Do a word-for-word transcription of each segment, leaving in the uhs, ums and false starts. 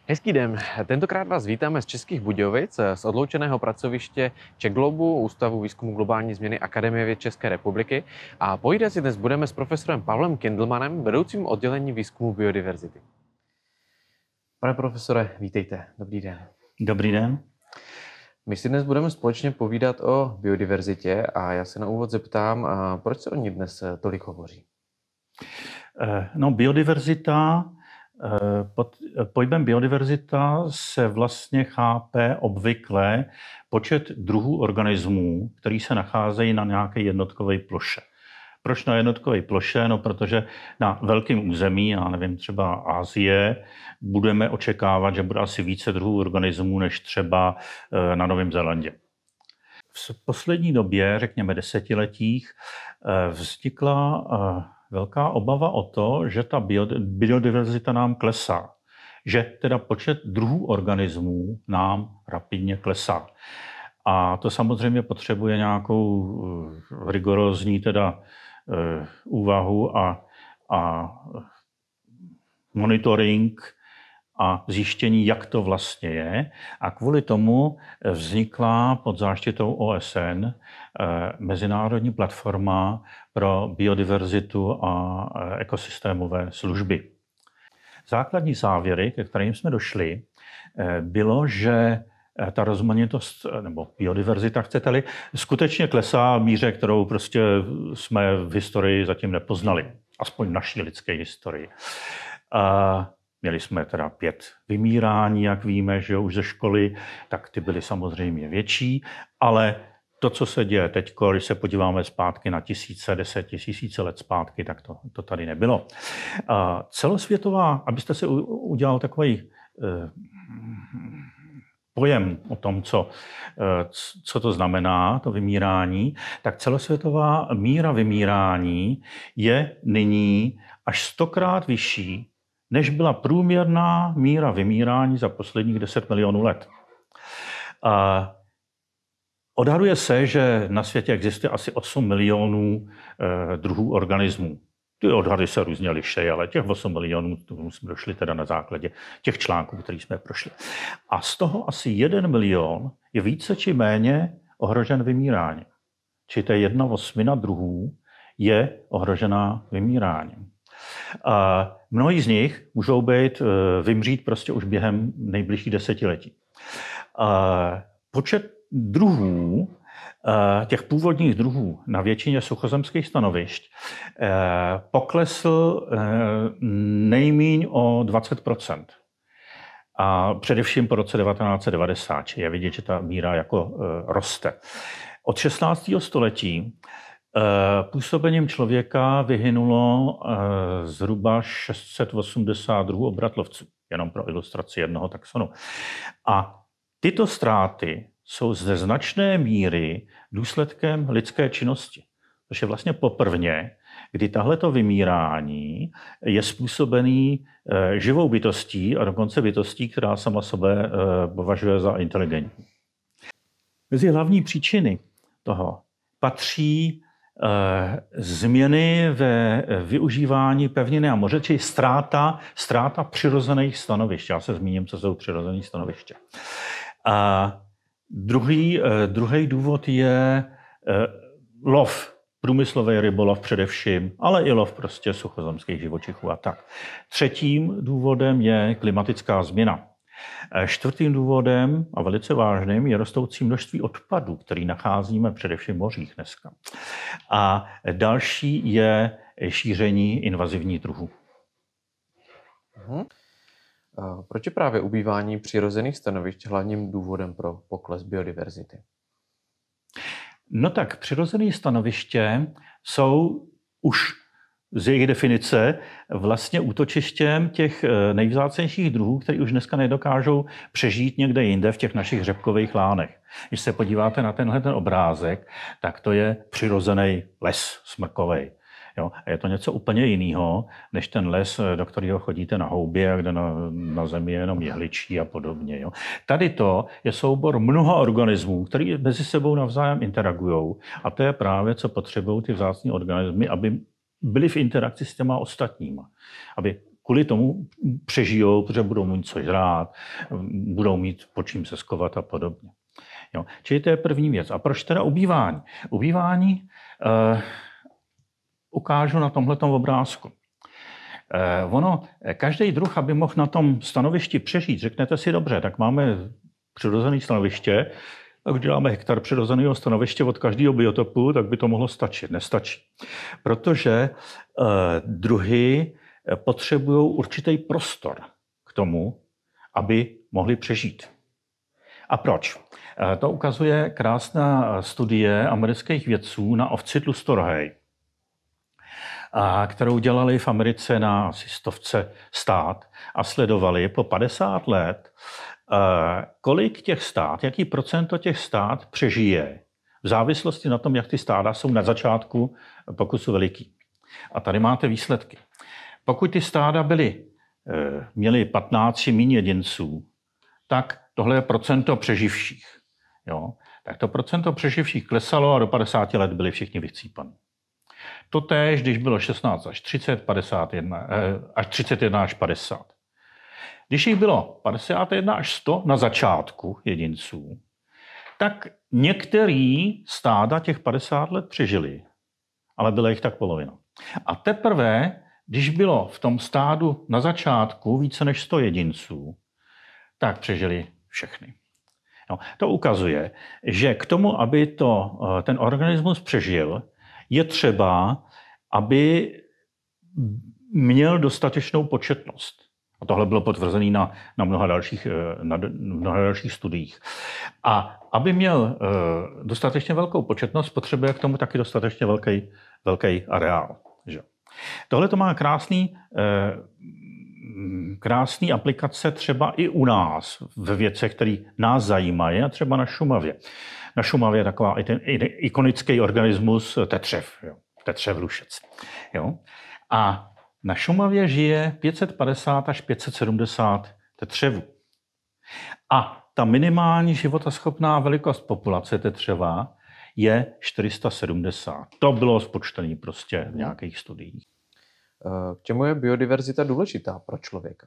Hezký den. Tentokrát vás vítáme z Českých Budějovic, z odloučeného pracoviště Czech-Globu, Ústavu výzkumu globální změny Akademie věd České republiky. A povídat si dnes budeme s profesorem Pavlem Kindelmanem, vedoucím oddělení výzkumu biodiverzity. Pane profesore, vítejte. Dobrý den. Dobrý den. My si dnes budeme společně povídat o biodiverzitě a já se na úvod zeptám, proč se o ní dnes tolik hovoří? No, biodiverzita, pod pojmem biodiverzita se vlastně chápe obvykle počet druhů organismů, který se nacházejí na nějaké jednotkové ploše. Proč na jednotkové ploše? No, protože na velkém území, já nevím, třeba Asie, budeme očekávat, že bude asi více druhů organismů než třeba na Novém Zélandě. V poslední době, řekněme desetiletích, vznikla velká obava o to, že ta biodiverzita nám klesá. Že teda počet druhů organismů nám rapidně klesá. A to samozřejmě potřebuje nějakou rigorózní teda úvahu a, a monitoring a zjištění, jak to vlastně je. A kvůli tomu vznikla pod záštitou O S N mezinárodní platforma pro biodiverzitu a ekosystémové služby. Základní závěry, ke kterým jsme došli, bylo, že ta rozmanitost, nebo biodiverzita, chcete-li, skutečně klesá v míře, kterou prostě jsme v historii zatím nepoznali. Aspoň v naší lidské historii. A měli jsme teda pět vymírání, jak víme, že už ze školy, tak ty byly samozřejmě větší, ale to, co se děje teď, když se podíváme zpátky na tisíce, deset tisíce let zpátky, tak to, to tady nebylo. A celosvětová, abyste si udělal takový eh, pojem o tom, co, co to znamená, to vymírání, tak celosvětová míra vymírání je nyní až stokrát vyšší, než byla průměrná míra vymírání za posledních deset milionů let. A odhaduje se, že na světě existuje asi osm milionů eh, druhů organismů. Ty odhady se různě lišejí, ale těch osm milionů jsme došli teda na základě těch článků, které jsme prošli. A z toho asi jeden milion je více či méně ohrožen vymíráním. Či ta jedna osmina druhů je ohrožená vymíráním. A mnohí z nich můžou být, vymřít prostě už během nejbližších desetiletí. A počet druhů, těch původních druhů na většině suchozemských stanovišť poklesl nejmíň o dvacet procent. A především po roce devatenáct set devadesát je vidět, že ta míra jako roste. Od šestnáctého století působením člověka vyhynulo zhruba šest set osmdesát druhů obratlovců, jenom pro ilustraci jednoho taxonu. A tyto ztráty jsou ze značné míry důsledkem lidské činnosti. Což je vlastně poprvé, kdy tahleto vymírání je způsobený živou bytostí a dokonce bytostí, která sama sebe považuje za inteligentní. Mezi hlavní příčiny toho patří změny ve využívání pevniny a moře, či ztráta, ztráta přirozených stanovišť. Já se zmíním, co jsou přirozené stanoviště. A Druhý, druhý důvod je lov, průmyslový rybolov především, ale i lov prostě suchozemských živočichů a tak. Třetím důvodem je klimatická změna. Čtvrtým důvodem, a velice vážným, je rostoucí množství odpadů, který nacházíme především v mořích dneska. A další je šíření invazivních druhů. Mhm. Proč je právě ubývání přirozených stanovišť hlavním důvodem pro pokles biodiverzity? No tak, přirozené stanoviště jsou už z jejich definice vlastně útočištěm těch nejvzácnějších druhů, které už dneska nedokážou přežít někde jinde v těch našich řepkových lánech. Když se podíváte na tenhle ten obrázek, tak to je přirozený les smrkovej. Jo, a je to něco úplně jiného, než ten les, do kterého chodíte na houbě, kde na, na zemi je jenom jehličí a podobně. Jo. Tady to je soubor mnoha organismů, který mezi sebou navzájem interagují. A to je právě, co potřebují ty vzácné organismy, aby byly v interakci s těma ostatníma. Aby kvůli tomu přežijou, protože budou mít co žrát, budou mít pod čím se skovat a podobně. Jo. Čili to je první věc. A proč teda ubývání? Ubývání eh, ukážu na tomhletom obrázku. Eh, ono, každý druh, aby mohl na tom stanovišti přežít, řeknete si dobře, tak máme přirozené stanoviště, a když děláme hektar přirozeného stanoviště od každého biotopu, tak by to mohlo stačit. Nestačí. Protože eh, druhy potřebují určitý prostor k tomu, aby mohli přežít. A proč? To ukazuje krásná studie amerických vědců na ovci tlustorhej, kterou dělali v Americe na asi stovce stát a sledovali po padesát let, kolik těch stát, jaký procento těch stát přežije v závislosti na tom, jak ty stáda jsou na začátku pokusu veliký. A tady máte výsledky. Pokud ty stáda byly, měly patnáct či méně jedinců, tak tohle je procento přeživších. Jo? Tak to procento přeživších klesalo a do padesáti let byli všichni vycípaní. Totéž, když bylo šestnáct až třicet, padesát jedna, až třicet jedna až padesát. Když jich bylo padesát jedna až sto na začátku jedinců, tak některý stáda těch padesát let přežili, ale byla jich tak polovina. A teprve, když bylo v tom stádu na začátku více než sto jedinců, tak přežili všechny. No, to ukazuje, že k tomu, aby to, ten organismus přežil, je třeba, aby měl dostatečnou početnost. A tohle bylo potvrzené na, na, mnoha dalších, na mnoha dalších studiích. A aby měl uh, dostatečně velkou početnost, potřebuje k tomu taky dostatečně velký, velký areál. Že? Tohle to má krásný, uh, krásný aplikace třeba i u nás ve věcech, které nás zajímají, a třeba na Šumavě. Na Šumavě je taková ikonický organismus tetřev, jo? tetřev lušec. Jo? A na Šumavě žije pět set padesát až pět set sedmdesát tetřevů. A ta minimální životaschopná velikost populace tetřeva je čtyři sta sedmdesát. To bylo spočtené prostě v nějakých studiích. K čemu je biodiverzita důležitá pro člověka?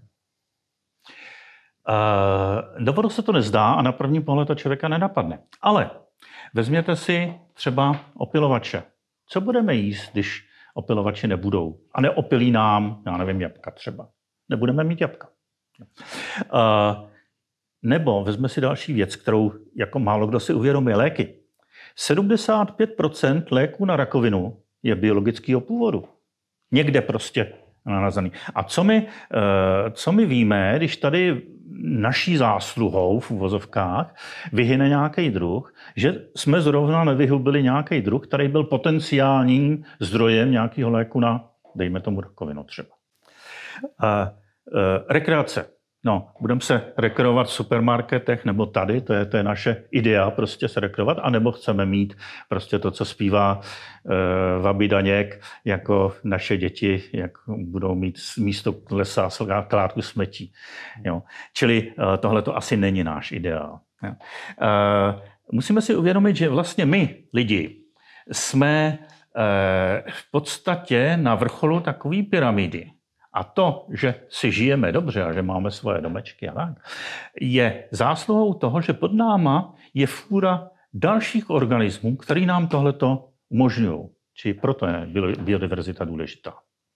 Uh, dovodu se to nezdá a na první pohled to člověka nenapadne. Ale vezměte si třeba opilovače. Co budeme jíst, když opilovači nebudou? A neopilí nám, já nevím, jabka třeba. Nebudeme mít jabka. Uh, nebo vezme si další věc, kterou jako málo kdo si uvědomí, léky. sedmdesát pět procent léků na rakovinu je biologického původu. Někde prostě nalazený. A co my, co my víme, když tady naší zásluhou v uvozovkách vyhyne nějaký druh, že jsme zrovna nevyhubili nějaký druh, který byl potenciálním zdrojem nějakého léku na, dejme tomu, rakovinu třeba. A, rekreace. No, budeme se rekreovat v supermarketech nebo tady, to je, to je naše idea, prostě se rekreovat, anebo chceme mít prostě to, co zpívá e, Vaby Daněk, jako naše děti, jak budou mít místo lesa kládku smetí. Jo. Čili e, tohle to asi není náš ideál. Jo. E, musíme si uvědomit, že vlastně my, lidi, jsme e, v podstatě na vrcholu takové pyramidy. A to, že si žijeme dobře a že máme svoje domečky a tak, je zásluhou toho, že pod náma je fůra dalších organismů, který nám tohleto umožňují. Čili proto je biodiverzita důležitá.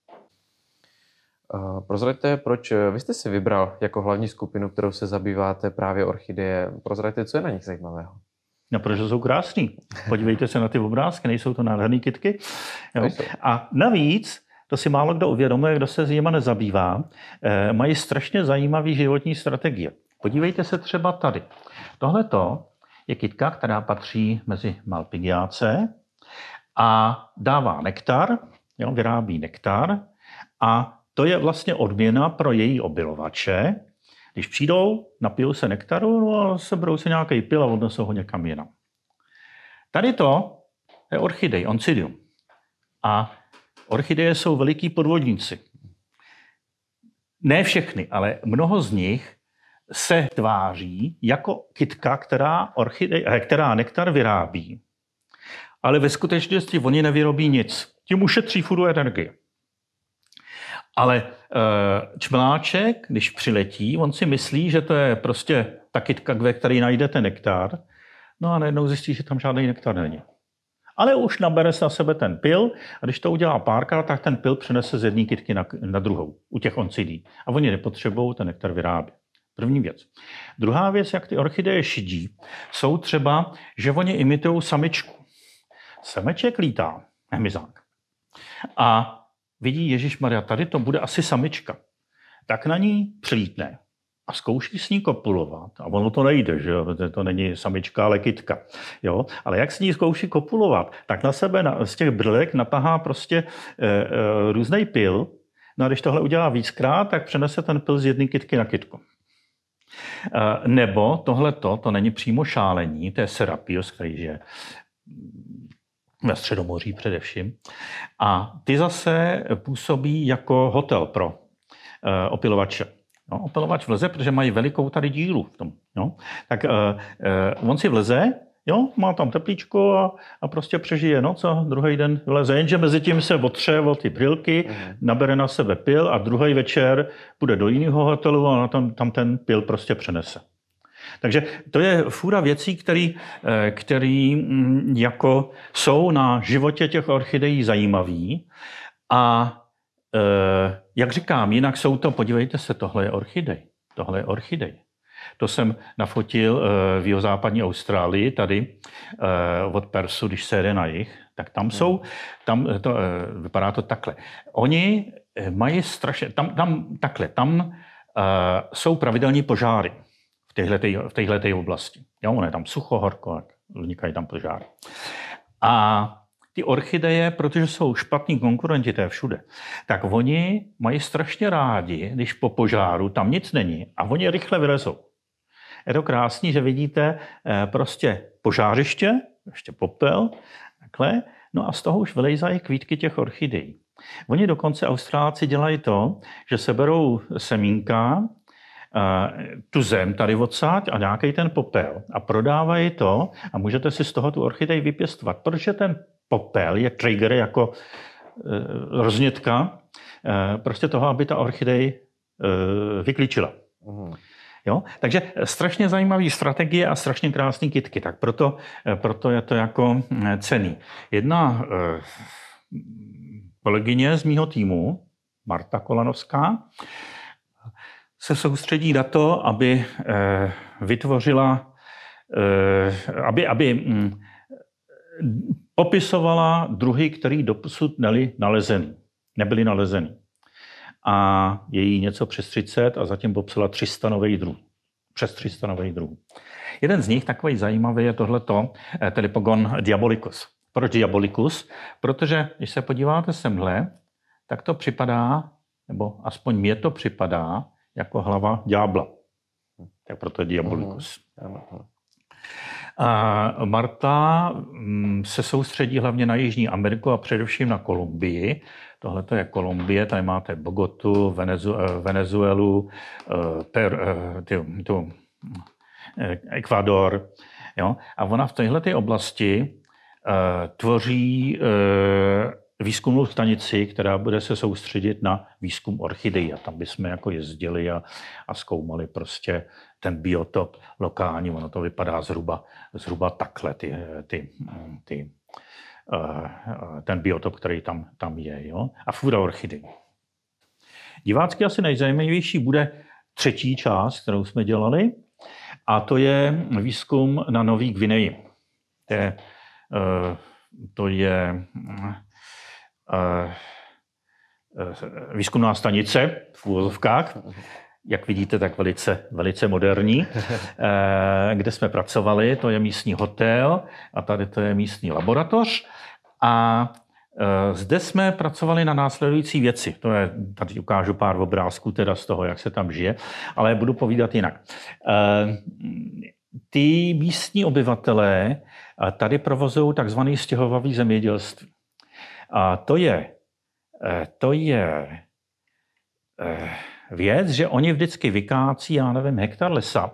Prozraďte, proč vy jste si vybral jako hlavní skupinu, kterou se zabýváte, právě orchideje. Prozraďte, co je na nich zajímavého. No, protože jsou krásný. Podívejte se na ty obrázky, nejsou to nádherné kytky. Jo. A navíc, to si málo kdo uvědomuje, kdo se s nimi nezabývá, eh, mají strašně zajímavé životní strategie. Podívejte se třeba tady. Tohleto je kytka, která patří mezi Malpighiaceae a dává nektar, jo, vyrábí nektar a to je vlastně odměna pro její opilovače. Když přijdou, napijou se nektaru, no a seberou si nějaký pil a odnesou ho někam jinam. Tady to je orchidej, oncidium. A orchideje jsou veliký podvodníci. Ne všechny, ale mnoho z nich se tváří jako kytka, která, orchidej, která nektar vyrábí. Ale ve skutečnosti oni nevyrobí nic. Tím ušetří furt energii. Ale čmeláček, když přiletí, on si myslí, že to je prostě ta kytka, ve které najdete nektar, no a najednou zjistí, že tam žádný nektar není. Ale už nabere se na sebe ten pil a když to udělá párkrát, tak ten pil přenese z jedné kytky na, na druhou, u těch oncidí. A oni nepotřebují ten nektar vyrábět. První věc. Druhá věc, jak ty orchideje šidí, jsou třeba, že oni imitují samičku. Sameček lítá, hmyzák. A vidí, Ježišmarja, tady to bude asi samička. Tak na ní přilítne a zkouší s ní kopulovat. A ono to nejde, že jo? To není samička, ale kytka. Jo? Ale jak s ní zkouší kopulovat, tak na sebe na, z těch brlek natahá prostě e, e, různý pil. No a když tohle udělá víckrát, tak přenese ten pil z jedné kytky na kytku. E, nebo tohleto, to není přímo šálení, to je serapios, který je ve Středomoří především. A ty zase působí jako hotel pro uh, opilovače. No, opilovač vleze, protože mají velikou tady díru v tom. No. Tak uh, uh, on si vleze, jo, má tam teplíčko a, a prostě přežije noc a druhý den vleze. Jenže mezi tím se otře o ty brilky, mm. nabere na sebe pil a druhý večer půjde do jiného hotelu a tam, tam ten pil prostě přenese. Takže to je fůra věcí, které který jako jsou na životě těch orchidejí zajímavý. A e, jak říkám, jinak jsou to, podívejte se, tohle je orchidej. Tohle je orchidej. To jsem nafotil e, v jihozápadní Austrálii, tady e, od Persu, když se jede na jih, tak tam jsou, tam to, e, vypadá to takhle. Oni mají strašně, tam, tam takhle, tam e, jsou pravidelní požáry. v téhleté oblasti. Jo, ono je tam sucho, horko, vznikají tam požáry. A ty orchideje, protože jsou špatní konkurenti, to je všude, tak oni mají strašně rádi, když po požáru tam nic není a oni rychle vylezou. Je to krásný, že vidíte prostě požářiště, ještě popel, takhle, no a z toho už vylejzají kvítky těch orchidejí. Oni dokonce Austrálci dělají to, že seberou semínka, tu zem tady odsáď a nějaký ten popel a prodávají to a můžete si z toho tu orchidej vypěstovat, protože ten popel je trigger jako e, roznětka e, prostě toho, aby ta orchidej e, vyklíčila. Mm. Jo? Takže strašně zajímavý strategie a strašně krásný kytky, tak proto, proto je to jako cenný. Jedna e, kolegyně z mýho týmu, Marta Kolanovská, se soustředí na to, aby eh, vytvořila, eh, aby, aby hm, popisovala druhy, které doposud nebyly nalezený. Nebyly nalezený. A je jí něco přes třicet a zatím popsala tři sta nových druhů. Přes tři sta nových druhů. Jeden z nich, takový zajímavý, je tohleto, eh, Telepogon diabolicus. Proč diabolicus? Protože, když se podíváte semhle, tak to připadá, nebo aspoň mě to připadá, jako hlava ďábla. Tak proto je diabolicus. Uh-huh. A Marta se soustředí hlavně na Jižní Ameriku a především na Kolumbii. Tohle je Kolumbie, tady máte Bogotu, Venezu, Venezuelu, per, ty, tu, Ekvador. Jo? A ona v této oblasti uh, tvoří uh, výzkumnou stanici, která bude se soustředit na výzkum orchidejí. A tam bychom jako jezdili a, a zkoumali prostě ten biotop lokální. Ono to vypadá zhruba, zhruba takhle, ty, ty, ty, ten biotop, který tam, tam je. Jo? A fůra orchidejí. Divácky asi nejzajímavější bude třetí část, kterou jsme dělali, a to je výzkum na Nový Gvineji. To je, to je výzkumná stanice v úvozovkách, jak vidíte, tak velice, velice moderní, kde jsme pracovali. To je místní hotel a tady to je místní laboratoř. A zde jsme pracovali na následující věci. To je, tady ukážu pár obrázků teda z toho, jak se tam žije, ale budu povídat jinak. Ty místní obyvatelé tady provozují takzvaný stěhovavý zemědělství. A to je, to je věc, že oni vždycky vykácí, já nevím, hektar lesa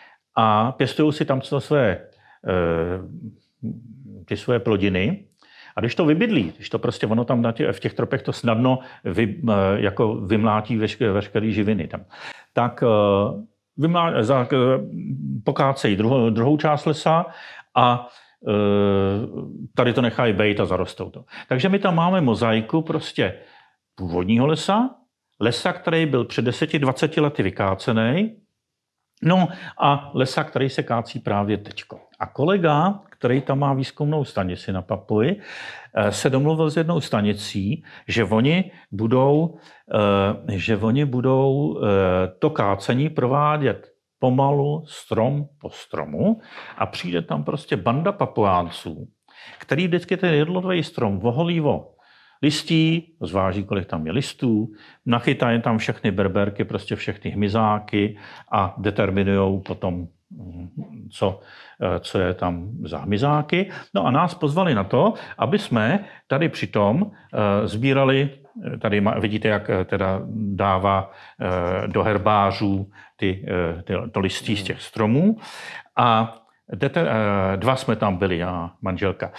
a pěstují si tam své, ty své plodiny A když to vybydlí, když to prostě ono tam na tě, v těch tropech to snadno vy, jako vymlátí veškeré, veškeré živiny tam, tak vymlá, za, pokácejí druhou, druhou část lesa a tady to nechají bejt a zarostou to. Takže my tam máme mozaiku prostě původního lesa, lesa, který byl před deseti dvaceti lety vykácený, no a lesa, který se kácí právě teďko. A kolega, který tam má výzkumnou stanici na Papuji, se domluvil s jednou stanicí, že oni budou, že oni budou to kácení provádět pomalu, strom po stromu a přijde tam prostě banda Papuánců, který vždycky ten jednotlivý strom oholí o listí, zváží, kolik tam je listů, nachytají tam všechny berberky, prostě všechny hmyzáky a determinují potom, co, co je tam za hmyzáky. No a nás pozvali na to, aby jsme tady přitom sbírali, tady vidíte, jak teda dává do herbářů ty, ty, to listí z těch stromů. A deter, dva jsme tam byli, já manželka.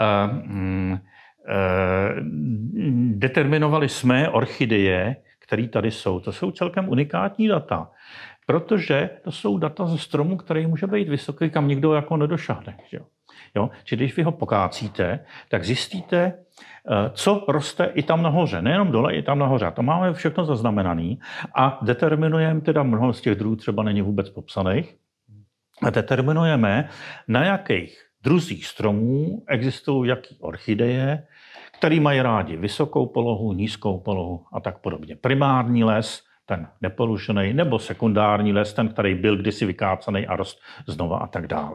Determinovali jsme orchideje, které tady jsou. To jsou celkem unikátní data, protože to jsou data ze stromu, který může být vysoký, kam nikdo jako nedošáhne. Jo? Jo? Či když vy ho pokácíte, tak zjistíte, co roste i tam nahoře. Nejenom dole, i tam nahoře. To máme všechno zaznamenané a determinujeme, teda mnoho z těch druhů třeba není vůbec popsaných, a determinujeme, na jakých druzích stromů existují jaký orchideje, který mají rádi vysokou polohu, nízkou polohu a tak podobně. Primární les, ten neporušený, nebo sekundární les, ten, který byl kdysi vykácaný a rost znova a tak dále.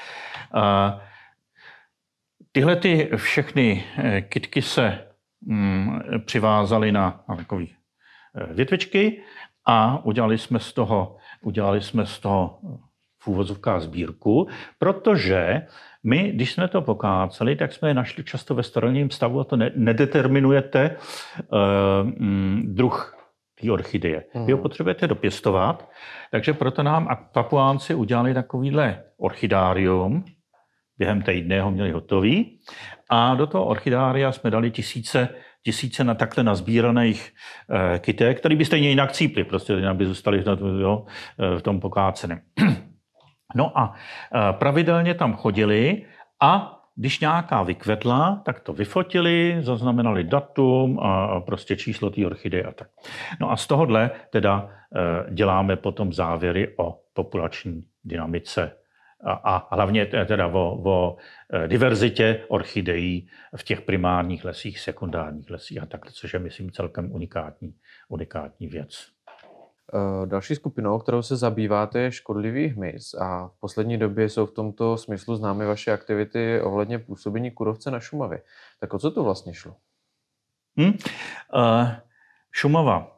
Tyhle ty všechny kytky se mm, přivázaly na, na takové větvičky a udělali jsme z toho, udělali jsme z toho v úvozovkách sbírku, protože my, když jsme to pokáceli, tak jsme je našli často ve sterilním stavu a to ne, nedeterminujete uh, mm, druh té orchideje. Mm. Vy ho potřebujete dopěstovat, takže proto nám Papuánci udělali takovýhle orchidárium, během týdne ho měli hotový a do toho orchidária jsme dali tisíce, tisíce na takhle nazbíraných uh, kytek, které by stejně jinak cíply, prostě jinak by zůstaly jo, v tom pokáceném. No a pravidelně tam chodili a když nějaká vykvetla, tak to vyfotili, zaznamenali datum a prostě číslo té orchideje a tak. No a z tohohle teda děláme potom závěry o populační dynamice a, a hlavně teda o, o diverzitě orchidejí v těch primárních lesích, sekundárních lesích a takhle, což je, myslím, celkem unikátní, unikátní věc. Další skupinou, kterou se zabýváte, je škodlivý hmyz a v poslední době jsou v tomto smyslu známy vaše aktivity ohledně působení kůrovce na Šumavě. Tak o co to vlastně šlo? Hmm. Uh, Šumava.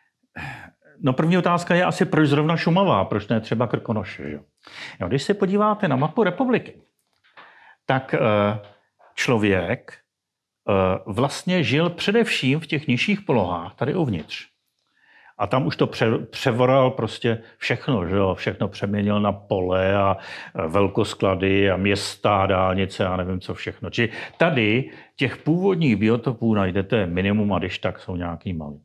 No první otázka je asi, proč zrovna Šumava, proč ne třeba Krkonoše. Že? Jo, když se podíváte na mapu republiky, tak uh, člověk uh, vlastně žil především v těch nižších polohách, tady uvnitř. A tam už to pře, převoral prostě všechno, že jo? Všechno přeměnil na pole a velkosklady a města, dálnice a nevím co všechno. Či tady těch původních biotopů najdete minimum a když tak jsou nějaký malý.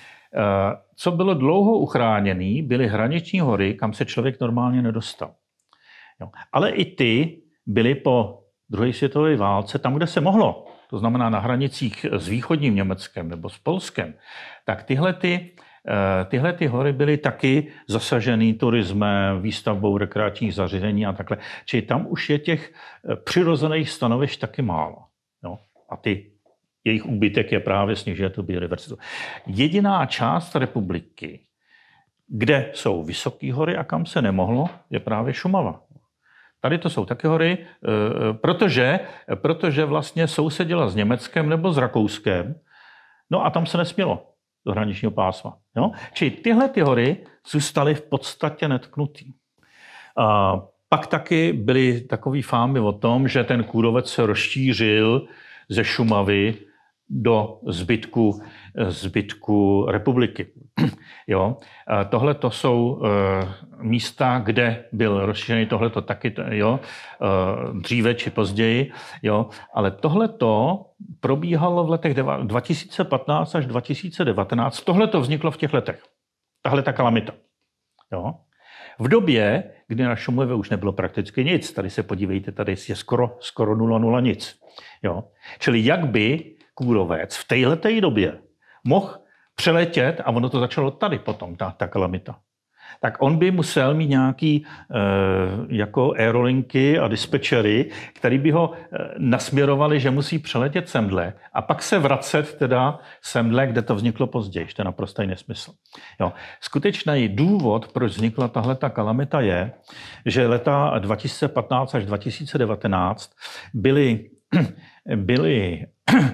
Co bylo dlouho uchráněný, byly hraniční hory, kam se člověk normálně nedostal. Jo. Ale i ty byly po druhé světové válce tam, kde se mohlo, to znamená na hranicích s východním Německem nebo s Polskem, tak tyhle ty Tyhle ty hory byly taky zasažený turismem, výstavbou rekreačních zařízení a takhle. Čili tam už je těch přirozených stanovišť taky málo. Jo? A ty, jejich úbytek je právě snižuje tu biodiverzitu. Jediná část republiky, kde jsou vysoké hory a kam se nemohlo, je právě Šumava. Tady to jsou taky hory, protože, protože vlastně sousedila s Německem nebo s Rakouskem, no a tam se nesmělo do hraničního pásma. Jo? Čili tyhle ty hory zůstaly v podstatě netknutý. A pak taky byly takové fámy o tom, že ten kůrovec se rozšířil ze Šumavy do zbytku, zbytku republiky. Jo? Tohle to jsou místa, kde byl rozšířený tohleto taky, jo? Dříve či později. Jo? Ale tohleto probíhalo v letech dva tisíce patnáct až dva tisíce devatenáct. Tohleto vzniklo v těch letech. Tahle ta kalamita. Jo? V době, kdy na Šumavě už nebylo prakticky nic. Tady se podívejte, tady je skoro, skoro nula nula nic. Jo? Čili jak by kůrovec v téhleté době mohl přeletět, a ono to začalo tady potom, ta, ta kalamita, tak on by musel mít nějaký e, jako aerolinky a dispečery, který by ho e, nasměrovali, že musí přeletět semdle a pak se vracet teda semdle, kde to vzniklo později. To je naprostý nesmysl. Jo. Skutečný důvod, proč vznikla tahleta kalamita je, že leta dva tisíce patnáct až dva tisíce devatenáct byly, byly e,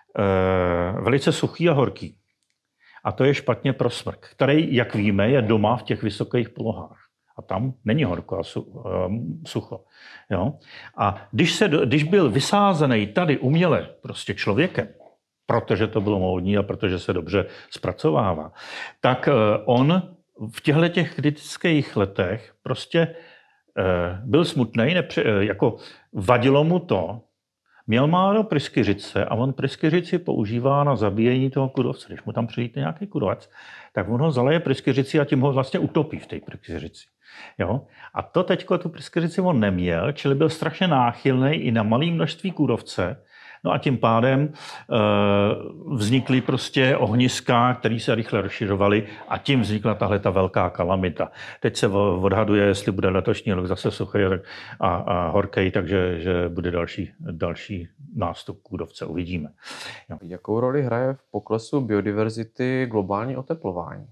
velice suchý a horký. A to je špatně pro smrk, který, jak víme, je doma v těch vysokých polohách. A tam není horko a sucho. Jo? A když, se, když byl vysázený tady uměle prostě člověkem, protože to bylo módní a protože se dobře zpracovává, tak on v těchto těch kritických letech prostě byl smutný, jako vadilo mu to. Měl málo pryskyřice a on pryskyřici používá na zabíjení toho kůrovce. Když mu tam přijde nějaký kůrovec, tak on ho zaleje pryskyřici a tím ho vlastně utopí v té pryskyřici. Jo? A to teďko tu pryskyřici on neměl, čili byl strašně náchylný i na malé množství kůrovce. No a tím pádem e, vznikly prostě ohniska, které se rychle rozšiřovaly a tím vznikla tahle ta velká kalamita. Teď se odhaduje, jestli bude letošní rok zase suchý a, a horký, takže že bude další, další nástup kůrovce, uvidíme. Jo. Jakou roli hraje v poklesu biodiverzity globální oteplování?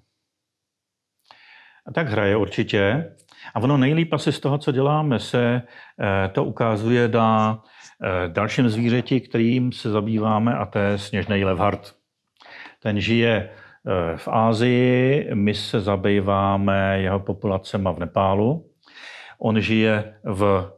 A tak hraje určitě. A ono nejlíp asi z toho, co děláme, se to ukazuje na dalším zvířeti, kterým se zabýváme, a to je sněžný levhart. Ten žije v Asii, my se zabýváme jeho populacema v Nepálu. On žije v,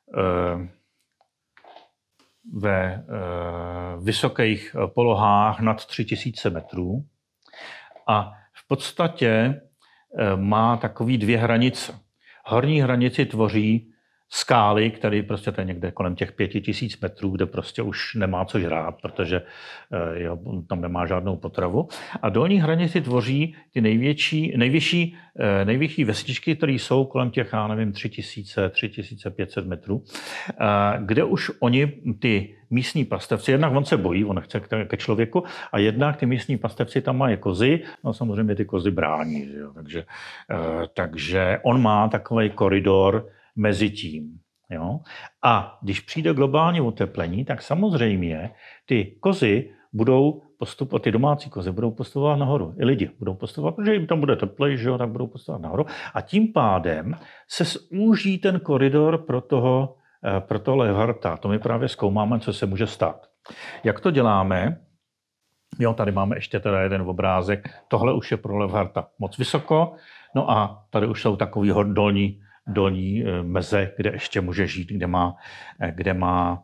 ve vysokých polohách nad tři tisíce metrů a v podstatě má takový dvě hranice. Horní hranici tvoří skály, které prostě to je někde kolem těch pěti tisíc metrů, kde prostě už nemá co žrát, protože jo, tam nemá žádnou potravu. A dolní hranici tvoří ty největší, nejvyšší, nejvyšší vesničky, které jsou kolem těch, já nevím, tři tisíce, tři tisíce pět set metrů, kde už oni, ty místní pastevci, jednak on se bojí, on nechce ke člověku, a jednak ty místní pastevci tam mají kozy, no samozřejmě ty kozy brání, že jo? Takže, takže on má takový koridor mezi tím. Jo? A když přijde globální oteplení, tak samozřejmě ty kozy budou postupovat, ty domácí kozy budou postupovat nahoru. I lidi budou postupovat, protože jim tam bude teplej, že jo, tak budou postupovat nahoru. A tím pádem se zúží ten koridor pro toho, pro toho levharta. To my právě zkoumáme, co se může stát. Jak to děláme? Jo, tady máme ještě teda jeden obrázek. Tohle už je pro levharta moc vysoko. No a tady už jsou takový dolní dolní meze, kde ještě může žít, kde má, kde má,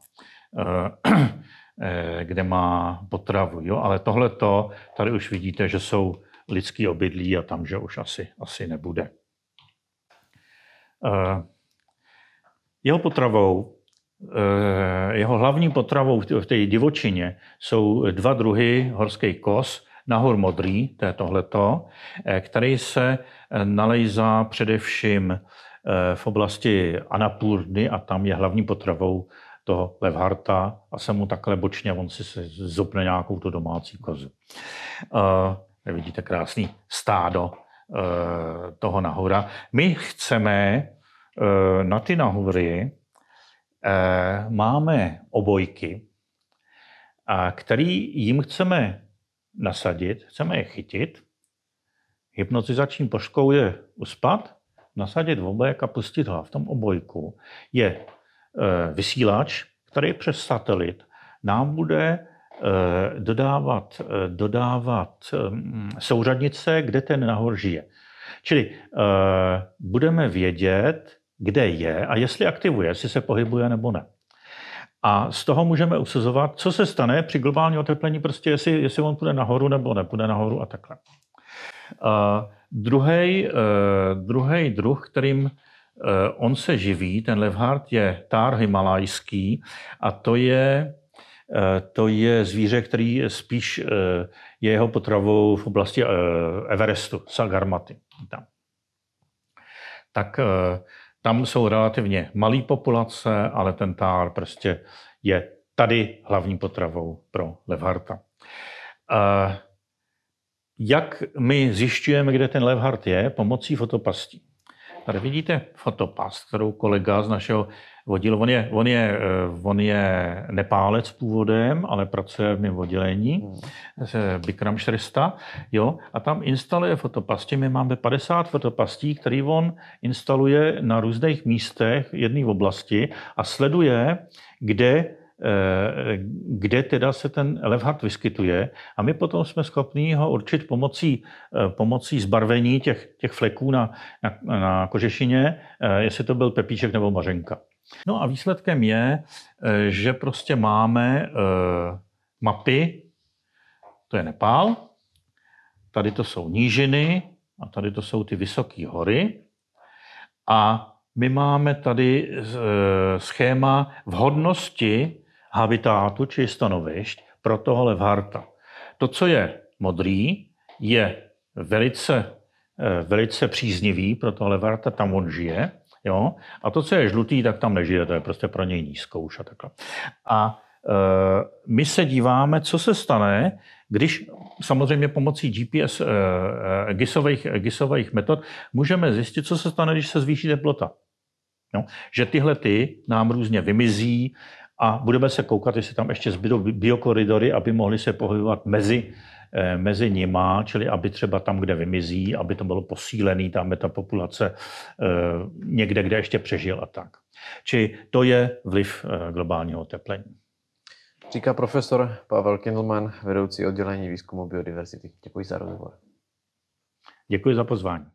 kde má potravu. Jo? Ale tohleto, tady už vidíte, že jsou lidský obydlí a tam, že už asi, asi nebude. Jeho potravou, jeho hlavní potravou v té divočině jsou dva druhy horských koz, nahor modrý, to je tohleto, který se nalézá především v oblasti Annapurny a tam je hlavní potravou toho levharta a se mu takhle bočně, on si se zopne nějakou tu domácí kozu. Uh, vidíte krásný stádo uh, toho nahora. My chceme uh, na ty nahory uh, máme obojky, a který jim chceme nasadit, chceme je chytit. Hypnotizační poškou je uspat, nasadit obojek a pustit ho. V tom obojku je e, vysílač, který přes satelit nám bude e, dodávat, e, dodávat e, souřadnice, kde ten nahor žije. Čili e, budeme vědět, kde je a jestli aktivuje, jestli se pohybuje nebo ne. A z toho můžeme usuzovat, co se stane při globálním oteplení, prostě jestli, jestli on půjde nahoru nebo nepůjde nahoru a takhle. Uh, druhý, uh, druhý druh, kterým uh, on se živí, ten levhart, je tár himalajský a to je, uh, to je zvíře, který spíš uh, je jeho potravou v oblasti uh, Everestu, Sagarmaty. Tam. Tak uh, tam jsou relativně malé populace, ale ten tár prostě je tady hlavní potravou pro levharta. Uh, Jak my zjišťujeme, kde ten levhart je? Pomocí fotopastí. Tady vidíte fotopast, kterou kolega z našeho oddělení, on je, on je, on je Nepálec původem, ale pracuje v mém oddělení, hmm. Bikram čtyři sta, jo, a tam instaluje fotopasti. My máme padesát fotopastí, které on instaluje na různých místech v jedné oblasti a sleduje, kde kde teda se ten levhart vyskytuje a my potom jsme schopni ho určit pomocí, pomocí zbarvení těch, těch fleků na, na, na kožešině, jestli to byl pepíček nebo mařenka. No a výsledkem je, že prostě máme mapy, to je Nepál, tady to jsou nížiny a tady to jsou ty vysoké hory a my máme tady schéma vhodnosti habitátu či stanovišť pro toho levharta. To, co je modrý, je velice, velice příznivý pro toho levharta, tam on žije. Jo? A to, co je žlutý, tak tam nežije, to je prostě pro něj nízko už a takhle. A e, my se díváme, co se stane, když samozřejmě pomocí G P S e, GISových, GISových metod můžeme zjistit, co se stane, když se zvýší teplota. No, že tyhle ty nám různě vymizí a budeme se koukat, jestli tam ještě zbydou biokoridory, aby mohly se pohybovat mezi, eh, mezi nima, čili aby třeba tam, kde vymizí, aby to bylo posílený, tam je ta populace eh, někde, kde ještě přežil a tak. Čili to je vliv eh, globálního oteplení. Říká profesor Pavel Kindlman, vedoucí oddělení výzkumu biodiverzity. Děkuji za rozhovor. Děkuji za pozvání.